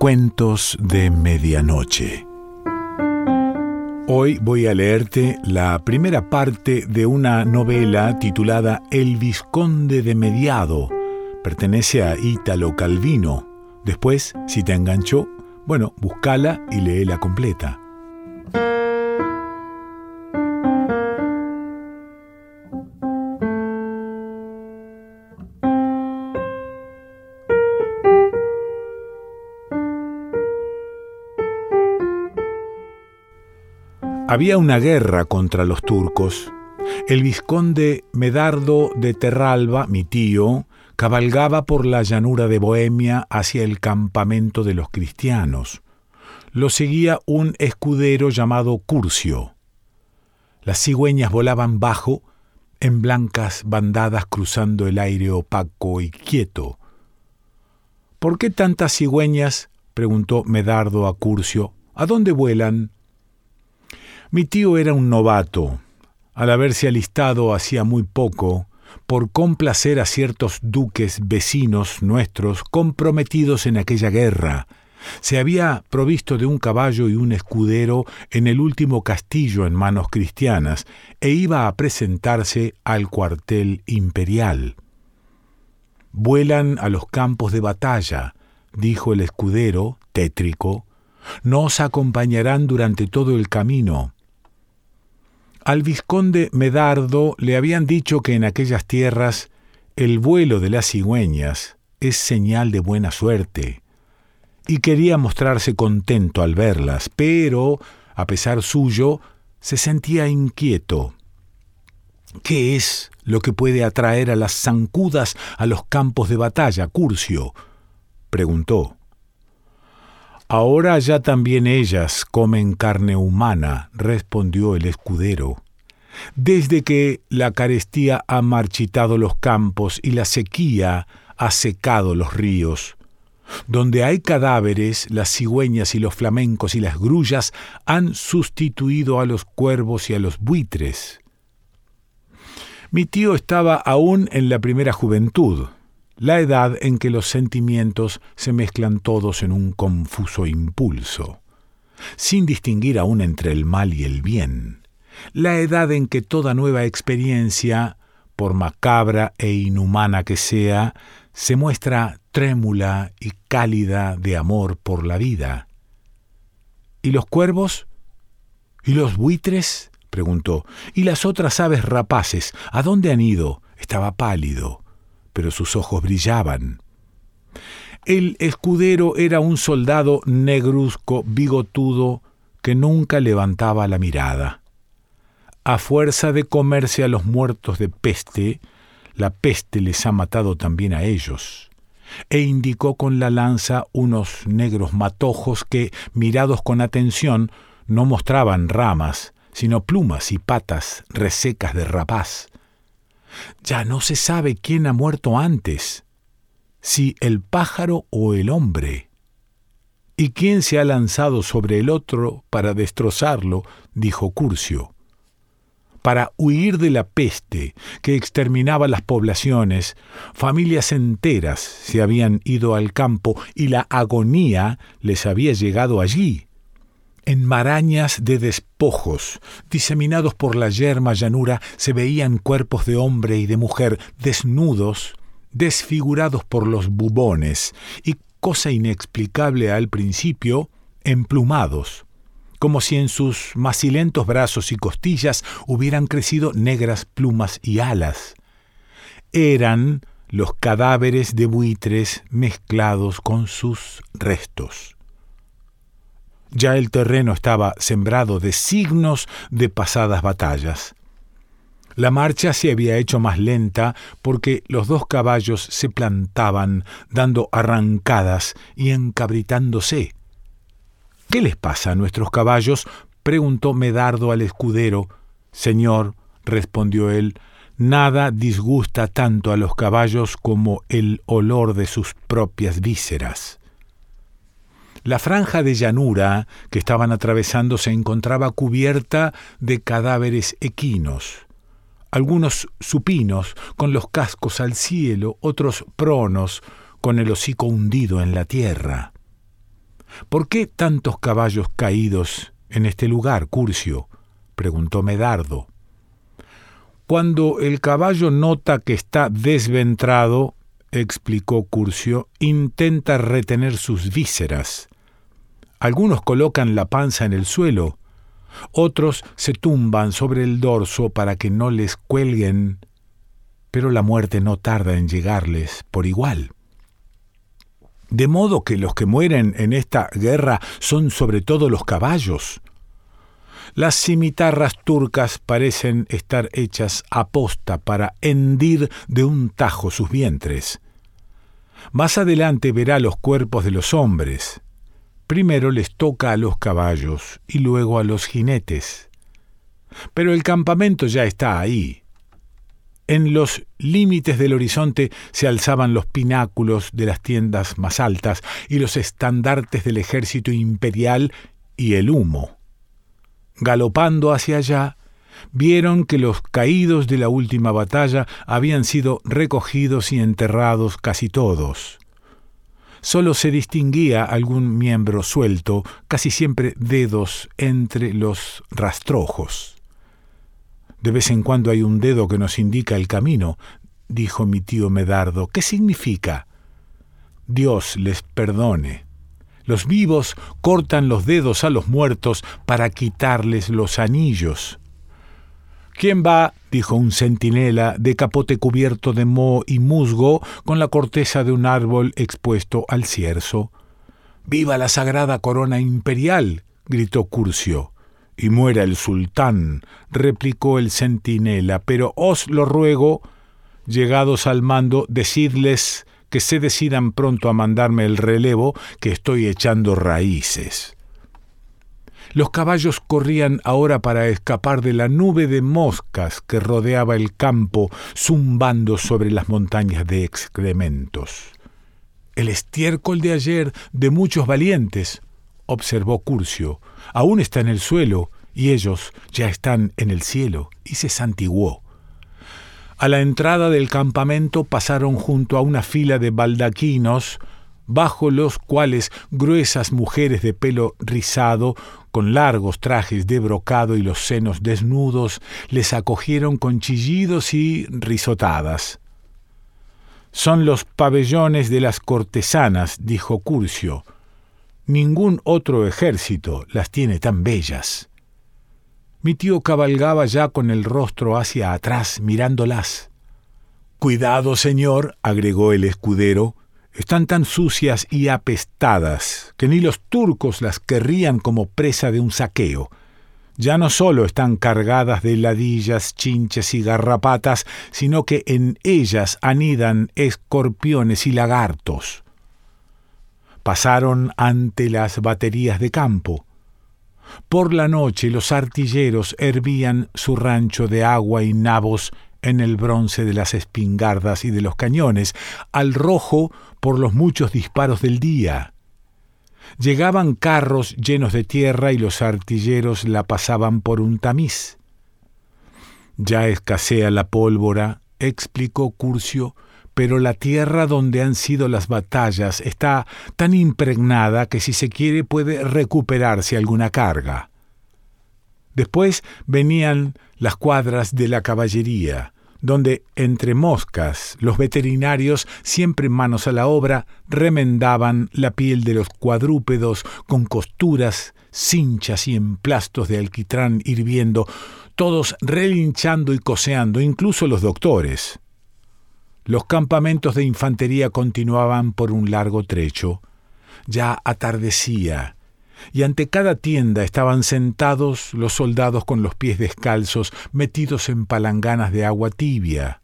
Cuentos de Medianoche. Hoy voy a leerte la primera parte de una novela titulada El Vizconde de Mediado. Pertenece a Ítalo Calvino. Después, si te enganchó, bueno, búscala y léela completa. Había una guerra contra los turcos. El vizconde Medardo de Terralba, mi tío, cabalgaba por la llanura de Bohemia hacia el campamento de los cristianos. Lo seguía un escudero llamado Curcio. Las cigüeñas volaban bajo, en blancas bandadas cruzando el aire opaco y quieto. ¿Por qué tantas cigüeñas?, preguntó Medardo a Curcio. ¿A dónde vuelan? Mi tío era un novato. Al haberse alistado hacía muy poco, por complacer a ciertos duques vecinos nuestros comprometidos en aquella guerra, se había provisto de un caballo y un escudero en el último castillo en manos cristianas e iba a presentarse al cuartel imperial. «Vuelan a los campos de batalla», dijo el escudero, tétrico. «Nos acompañarán durante todo el camino». Al vizconde Medardo le habían dicho que en aquellas tierras el vuelo de las cigüeñas es señal de buena suerte, y quería mostrarse contento al verlas, pero, a pesar suyo, se sentía inquieto. ¿Qué es lo que puede atraer a las zancudas a los campos de batalla, Curcio?, preguntó. «Ahora ya también ellas comen carne humana», respondió el escudero. «Desde que la carestía ha marchitado los campos y la sequía ha secado los ríos. Donde hay cadáveres, las cigüeñas y los flamencos y las grullas han sustituido a los cuervos y a los buitres». Mi tío estaba aún en la primera juventud, la edad en que los sentimientos se mezclan todos en un confuso impulso, sin distinguir aún entre el mal y el bien, la edad en que toda nueva experiencia, por macabra e inhumana que sea, se muestra trémula y cálida de amor por la vida. ¿Y los cuervos? ¿Y los buitres?, preguntó. ¿Y las otras aves rapaces? ¿A dónde han ido? Estaba pálido, pero sus ojos brillaban. El escudero era un soldado negruzco, bigotudo, que nunca levantaba la mirada. A fuerza de comerse a los muertos de peste, la peste les ha matado también a ellos, e indicó con la lanza unos negros matojos que, mirados con atención, no mostraban ramas, sino plumas y patas resecas de rapaz. Ya no se sabe quién ha muerto antes, si el pájaro o el hombre. ¿Y quién se ha lanzado sobre el otro para destrozarlo?, dijo Curcio. Para huir de la peste que exterminaba las poblaciones, familias enteras se habían ido al campo y la agonía les había llegado allí, en marañas de despojos, diseminados por la yerma llanura, se veían cuerpos de hombre y de mujer desnudos, desfigurados por los bubones, y, cosa inexplicable al principio, emplumados, como si en sus macilentos brazos y costillas hubieran crecido negras plumas y alas. Eran los cadáveres de buitres mezclados con sus restos. Ya el terreno estaba sembrado de signos de pasadas batallas. La marcha se había hecho más lenta porque los dos caballos se plantaban, dando arrancadas y encabritándose. «¿Qué les pasa a nuestros caballos?», preguntó Medardo al escudero. «Señor», respondió él, «nada disgusta tanto a los caballos como el olor de sus propias vísceras». La franja de llanura que estaban atravesando se encontraba cubierta de cadáveres equinos, algunos supinos con los cascos al cielo, otros pronos con el hocico hundido en la tierra. ¿Por qué tantos caballos caídos en este lugar, Curcio?, preguntó Medardo. Cuando el caballo nota que está desventrado, explicó Curcio, intenta retener sus vísceras. Algunos colocan la panza en el suelo, otros se tumban sobre el dorso para que no les cuelguen, pero la muerte no tarda en llegarles por igual. De modo que los que mueren en esta guerra son sobre todo los caballos. Las cimitarras turcas parecen estar hechas aposta para hendir de un tajo sus vientres. Más adelante verá los cuerpos de los hombres. Primero les toca a los caballos y luego a los jinetes. Pero el campamento ya está ahí. En los límites del horizonte se alzaban los pináculos de las tiendas más altas y los estandartes del ejército imperial y el humo. Galopando hacia allá, vieron que los caídos de la última batalla habían sido recogidos y enterrados casi todos. Solo se distinguía algún miembro suelto, casi siempre dedos entre los rastrojos. «De vez en cuando hay un dedo que nos indica el camino», dijo mi tío Medardo. «¿Qué significa?» «Dios les perdone. Los vivos cortan los dedos a los muertos para quitarles los anillos». «¿Quién va?», dijo un centinela de capote cubierto de moho y musgo con la corteza de un árbol expuesto al cierzo. «¡Viva la sagrada corona imperial!», gritó Curcio. «Y muera el sultán», replicó el centinela, «pero os lo ruego, llegados al mando, decidles que se decidan pronto a mandarme el relevo, que estoy echando raíces». Los caballos corrían ahora para escapar de la nube de moscas que rodeaba el campo, zumbando sobre las montañas de excrementos. «El estiércol de ayer de muchos valientes», observó Curcio, «aún está en el suelo, y ellos ya están en el cielo», y se santiguó. A la entrada del campamento pasaron junto a una fila de baldaquinos, bajo los cuales gruesas mujeres de pelo rizado, con largos trajes de brocado y los senos desnudos, les acogieron con chillidos y risotadas. «Son los pabellones de las cortesanas», dijo Curcio. «Ningún otro ejército las tiene tan bellas». Mi tío cabalgaba ya con el rostro hacia atrás, mirándolas. «Cuidado, señor», agregó el escudero, «están tan sucias y apestadas que ni los turcos las querrían como presa de un saqueo. Ya no solo están cargadas de ladillas, chinches y garrapatas, sino que en ellas anidan escorpiones y lagartos». Pasaron ante las baterías de campo. Por la noche los artilleros hervían su rancho de agua y nabos en el bronce de las espingardas y de los cañones, al rojo por los muchos disparos del día. Llegaban carros llenos de tierra y los artilleros la pasaban por un tamiz. «Ya escasea la pólvora», explicó Curcio, «pero la tierra donde han sido las batallas está tan impregnada que si se quiere puede recuperarse alguna carga». Después venían las cuadras de la caballería, donde, entre moscas, los veterinarios, siempre manos a la obra, remendaban la piel de los cuadrúpedos con costuras, cinchas y emplastos de alquitrán hirviendo, todos relinchando y coseando, incluso los doctores. Los campamentos de infantería continuaban por un largo trecho. Ya atardecía, y ante cada tienda estaban sentados los soldados con los pies descalzos, metidos en palanganas de agua tibia.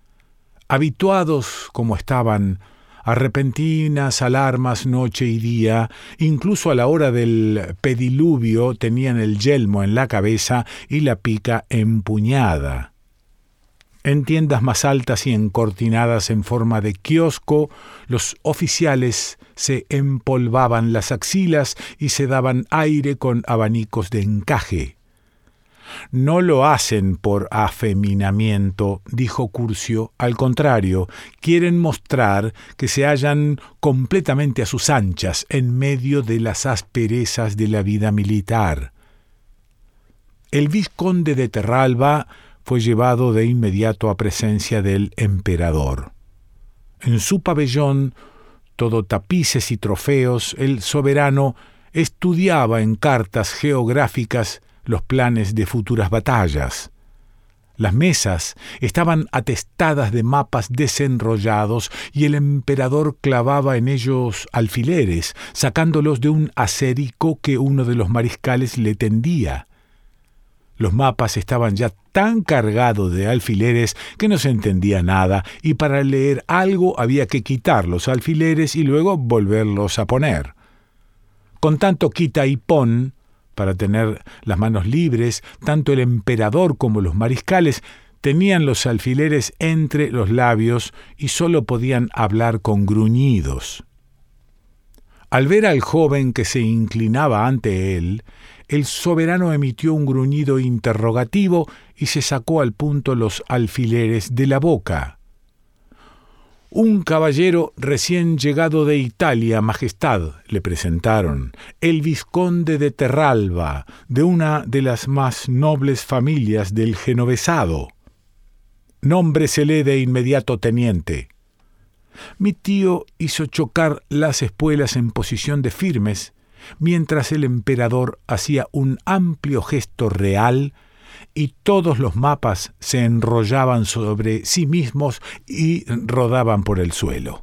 Habituados como estaban a repentinas alarmas noche y día, incluso a la hora del pediluvio tenían el yelmo en la cabeza y la pica empuñada. En tiendas más altas y encortinadas en forma de kiosco, los oficiales se empolvaban las axilas y se daban aire con abanicos de encaje. No lo hacen por afeminamiento, dijo Curcio. Al contrario, quieren mostrar que se hallan completamente a sus anchas en medio de las asperezas de la vida militar. El vizconde de Terralba fue llevado de inmediato a presencia del emperador. En su pabellón, todo tapices y trofeos, el soberano estudiaba en cartas geográficas los planes de futuras batallas. Las mesas estaban atestadas de mapas desenrollados y el emperador clavaba en ellos alfileres, sacándolos de un acerico que uno de los mariscales le tendía. Los mapas estaban ya tan cargados de alfileres que no se entendía nada, y para leer algo había que quitar los alfileres y luego volverlos a poner. Con tanto quita y pon, para tener las manos libres, tanto el emperador como los mariscales tenían los alfileres entre los labios y sólo podían hablar con gruñidos. Al ver al joven que se inclinaba ante él, el soberano emitió un gruñido interrogativo y se sacó al punto los alfileres de la boca. «Un caballero recién llegado de Italia, majestad», le presentaron, «el vizconde de Terralba, de una de las más nobles familias del genovesado. Nómbresele de inmediato teniente». Mi tío hizo chocar las espuelas en posición de firmes, mientras el emperador hacía un amplio gesto real y todos los mapas se enrollaban sobre sí mismos y rodaban por el suelo.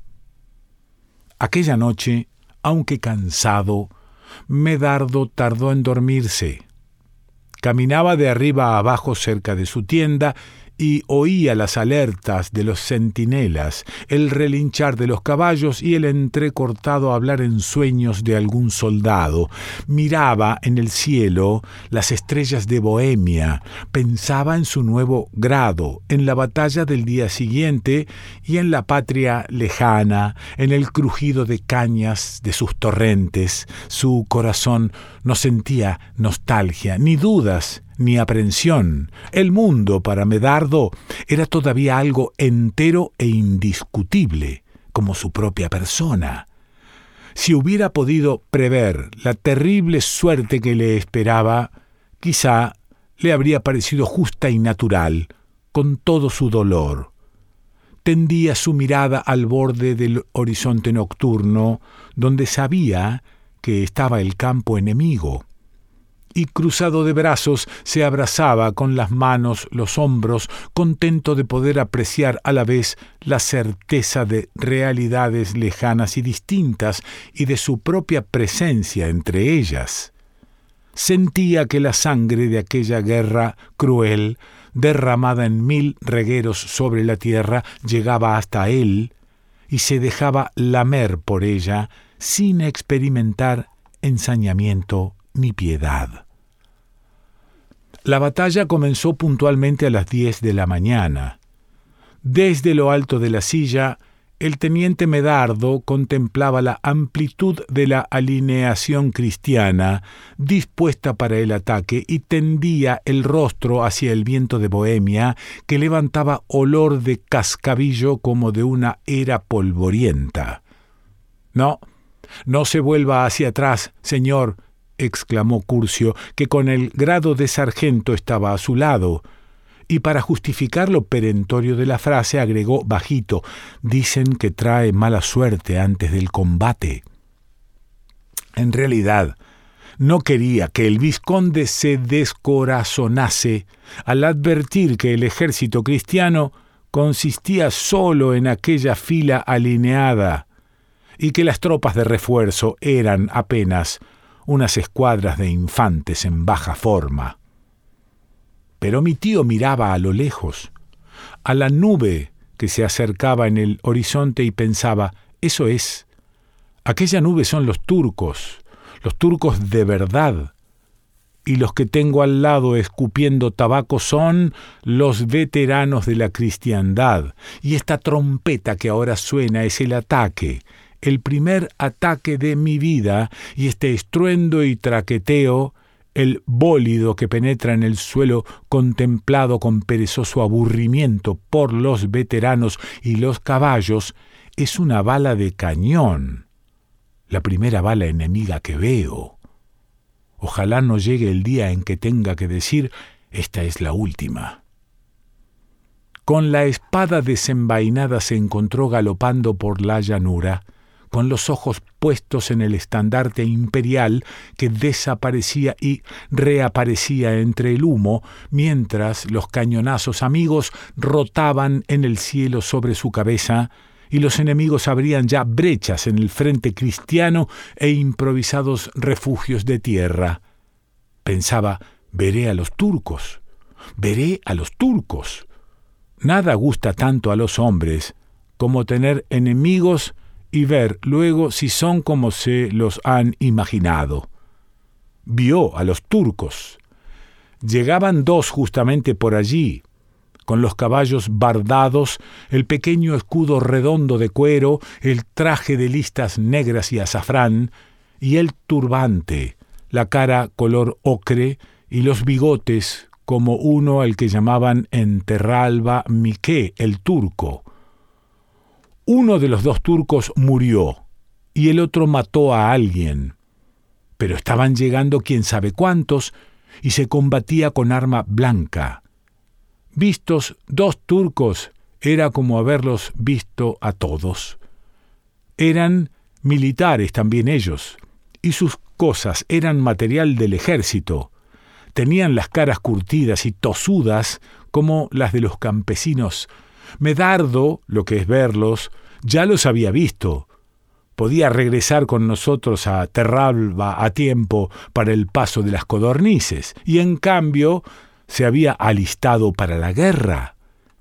Aquella noche, aunque cansado, Medardo tardó en dormirse. Caminaba de arriba a abajo cerca de su tienda y oía las alertas de los centinelas, el relinchar de los caballos y el entrecortado hablar en sueños de algún soldado. Miraba en el cielo las estrellas de Bohemia, pensaba en su nuevo grado, en la batalla del día siguiente y en la patria lejana, en el crujido de cañas de sus torrentes. Su corazón no sentía nostalgia, ni dudas, ni aprensión. El mundo para Medardo era todavía algo entero e indiscutible, como su propia persona. Si hubiera podido prever la terrible suerte que le esperaba, quizá le habría parecido justa y natural, con todo su dolor. Tendía su mirada al borde del horizonte nocturno, donde sabía que estaba el campo enemigo, y cruzado de brazos se abrazaba con las manos los hombros, contento de poder apreciar a la vez la certeza de realidades lejanas y distintas y de su propia presencia entre ellas. Sentía que la sangre de aquella guerra cruel, derramada en 1000 regueros sobre la tierra, llegaba hasta él y se dejaba lamer por ella sin experimentar ensañamiento ni piedad. La batalla comenzó puntualmente a las 10 de la mañana. Desde lo alto de la silla, el teniente Medardo contemplaba la amplitud de la alineación cristiana dispuesta para el ataque y tendía el rostro hacia el viento de Bohemia, que levantaba olor de cascabillo como de una era polvorienta. No se vuelva hacia atrás, señor», exclamó Curcio, que con el grado de sargento estaba a su lado, y para justificar lo perentorio de la frase agregó bajito: «Dicen que trae mala suerte antes del combate». En realidad, no quería que el vizconde se descorazonase al advertir que el ejército cristiano consistía solo en aquella fila alineada y que las tropas de refuerzo eran apenas unas escuadras de infantes en baja forma. Pero mi tío miraba a lo lejos, a la nube que se acercaba en el horizonte, y pensaba: eso es, aquella nube son los turcos de verdad, y los que tengo al lado escupiendo tabaco son los veteranos de la cristiandad, y esta trompeta que ahora suena es el ataque, el primer ataque de mi vida, y este estruendo y traqueteo el bólido que penetra en el suelo contemplado con perezoso aburrimiento por los veteranos y los caballos, es una bala de cañón, la primera bala enemiga que veo. Ojalá no llegue el día en que tenga que decir, esta es la última. Con la espada desenvainada se encontró galopando por la llanura, con los ojos puestos en el estandarte imperial que desaparecía y reaparecía entre el humo, mientras los cañonazos amigos rotaban en el cielo sobre su cabeza, y los enemigos abrían ya brechas en el frente cristiano e improvisados refugios de tierra. Pensaba, veré a los turcos, veré a los turcos. Nada gusta tanto a los hombres como tener enemigos y ver luego si son como se los han imaginado. Vio a los turcos. Llegaban dos justamente por allí, con los caballos bardados, el pequeño escudo redondo de cuero, el traje de listas negras y azafrán, y el turbante, la cara color ocre, y los bigotes, como uno al que llamaban en Terralba Miqué, el turco. Uno de los dos turcos murió, y el otro mató a alguien. Pero estaban llegando quién sabe cuántos, y se combatía con arma blanca. Vistos dos turcos, era como haberlos visto a todos. Eran militares también ellos, y sus cosas eran material del ejército. Tenían las caras curtidas y tosudas como las de los campesinos. Medardo, lo que es verlos, ya los había visto. Podía regresar con nosotros a Terralba a tiempo para el paso de las codornices, y en cambio se había alistado para la guerra.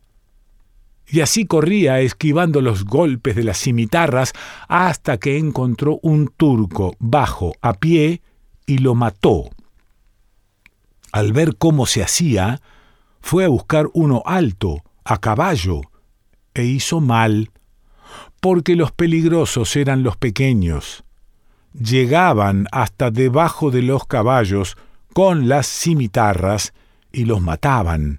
Y así corría esquivando los golpes de las cimitarras hasta que encontró un turco bajo a pie y lo mató. Al ver cómo se hacía, fue a buscar uno alto, a caballo, e hizo mal, porque los peligrosos eran los pequeños. Llegaban hasta debajo de los caballos con las cimitarras y los mataban.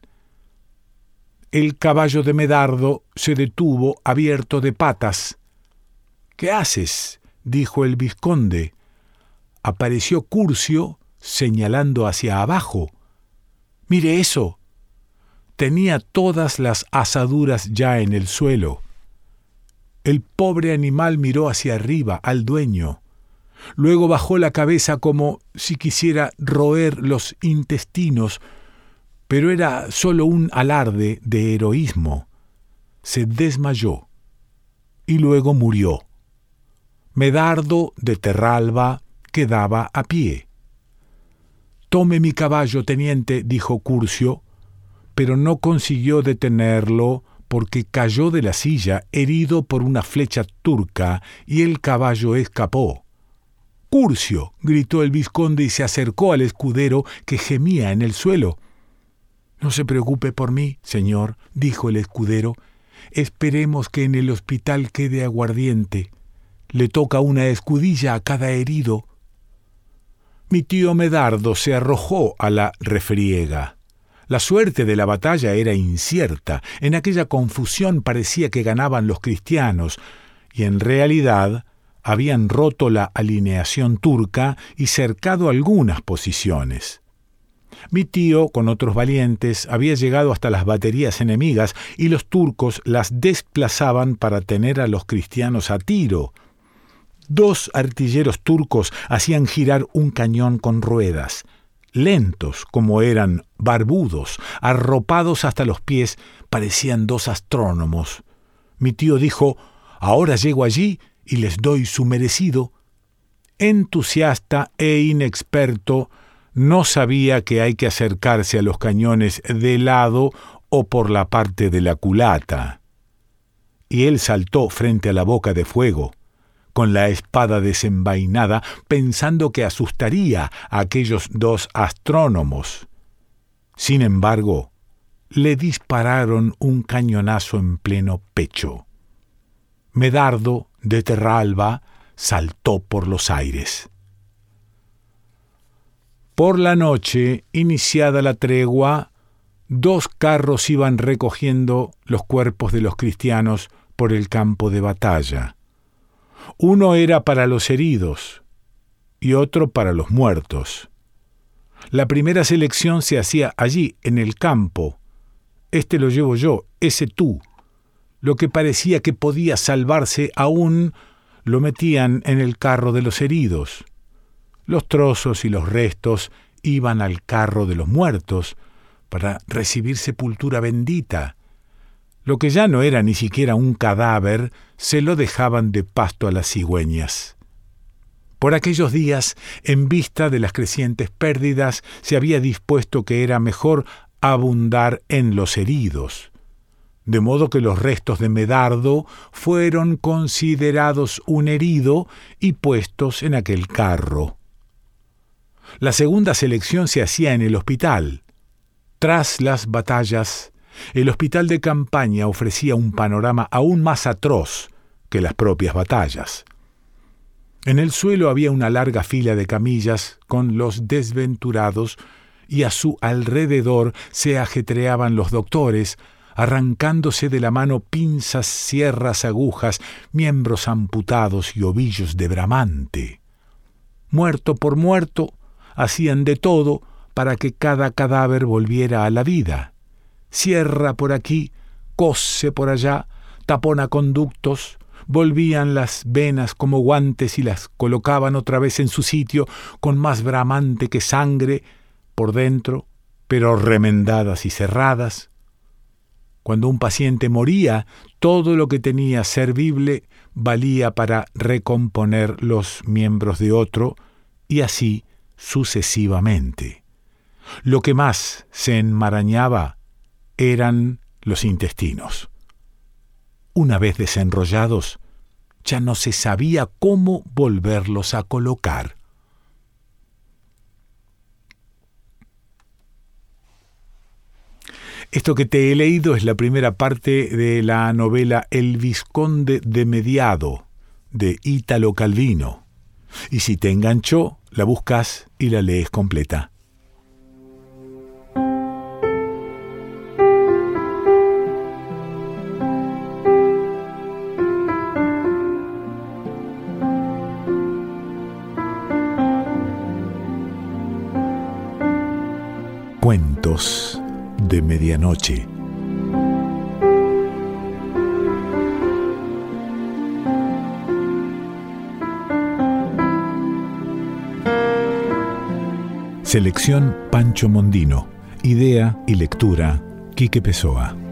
El caballo de Medardo se detuvo abierto de patas. «¿Qué haces?», dijo el vizconde. Apareció Curcio señalando hacia abajo. «Mire eso». Tenía todas las asaduras ya en el suelo. El pobre animal miró hacia arriba al dueño. Luego bajó la cabeza como si quisiera roer los intestinos, pero era solo un alarde de heroísmo. Se desmayó y luego murió. Medardo de Terralba quedaba a pie. «Tome mi caballo, teniente», dijo Curcio, pero no consiguió detenerlo porque cayó de la silla herido por una flecha turca y el caballo escapó. «¡Curcio!», gritó el vizconde y se acercó al escudero que gemía en el suelo. «No se preocupe por mí, señor», dijo el escudero. «Esperemos que en el hospital quede aguardiente. Le toca una escudilla a cada herido». Mi tío Medardo se arrojó a la refriega. La suerte de la batalla era incierta. En aquella confusión parecía que ganaban los cristianos, y en realidad habían roto la alineación turca y cercado algunas posiciones. Mi tío, con otros valientes, había llegado hasta las baterías enemigas y los turcos las desplazaban para tener a los cristianos a tiro. 2 artilleros turcos hacían girar un cañón con ruedas. Lentos como eran, barbudos, arropados hasta los pies, parecían 2 astrónomos. Mi tío dijo: «Ahora llego allí y les doy su merecido». Entusiasta e inexperto, no sabía que hay que acercarse a los cañones de lado o por la parte de la culata. Y él saltó frente a la boca de fuego, con la espada desenvainada, pensando que asustaría a aquellos 2 astrónomos. Sin embargo, le dispararon un cañonazo en pleno pecho. Medardo de Terralba saltó por los aires. Por la noche, iniciada la tregua, 2 carros iban recogiendo los cuerpos de los cristianos por el campo de batalla. Uno era para los heridos y otro para los muertos. La primera selección se hacía allí, en el campo. Este lo llevo yo, ese tú. Lo que parecía que podía salvarse aún lo metían en el carro de los heridos. Los trozos y los restos iban al carro de los muertos para recibir sepultura bendita. Lo que ya no era ni siquiera un cadáver, se lo dejaban de pasto a las cigüeñas. Por aquellos días, en vista de las crecientes pérdidas, se había dispuesto que era mejor abundar en los heridos. De modo que los restos de Medardo fueron considerados un herido y puestos en aquel carro. La segunda selección se hacía en el hospital. Tras las batallas, el hospital de campaña ofrecía un panorama aún más atroz que las propias batallas. En el suelo había una larga fila de camillas con los desventurados y a su alrededor se ajetreaban los doctores, arrancándose de la mano pinzas, sierras, agujas, miembros amputados y ovillos de bramante. Muerto por muerto, hacían de todo para que cada cadáver volviera a la vida. Cierra por aquí, cose por allá, tapona conductos, volvían las venas como guantes y las colocaban otra vez en su sitio con más bramante que sangre por dentro, pero remendadas y cerradas. Cuando un paciente moría, todo lo que tenía servible valía para recomponer los miembros de otro, y así sucesivamente. Lo que más se enmarañaba eran los intestinos. Una vez desenrollados, ya no se sabía cómo volverlos a colocar. Esto que te he leído es la primera parte de la novela El Vizconde de Mediado, de Ítalo Calvino. Y si te enganchó, la buscas y la lees completa. Cuentos de medianoche. Selección Pancho Mondino. Idea y lectura Quique Pessoa.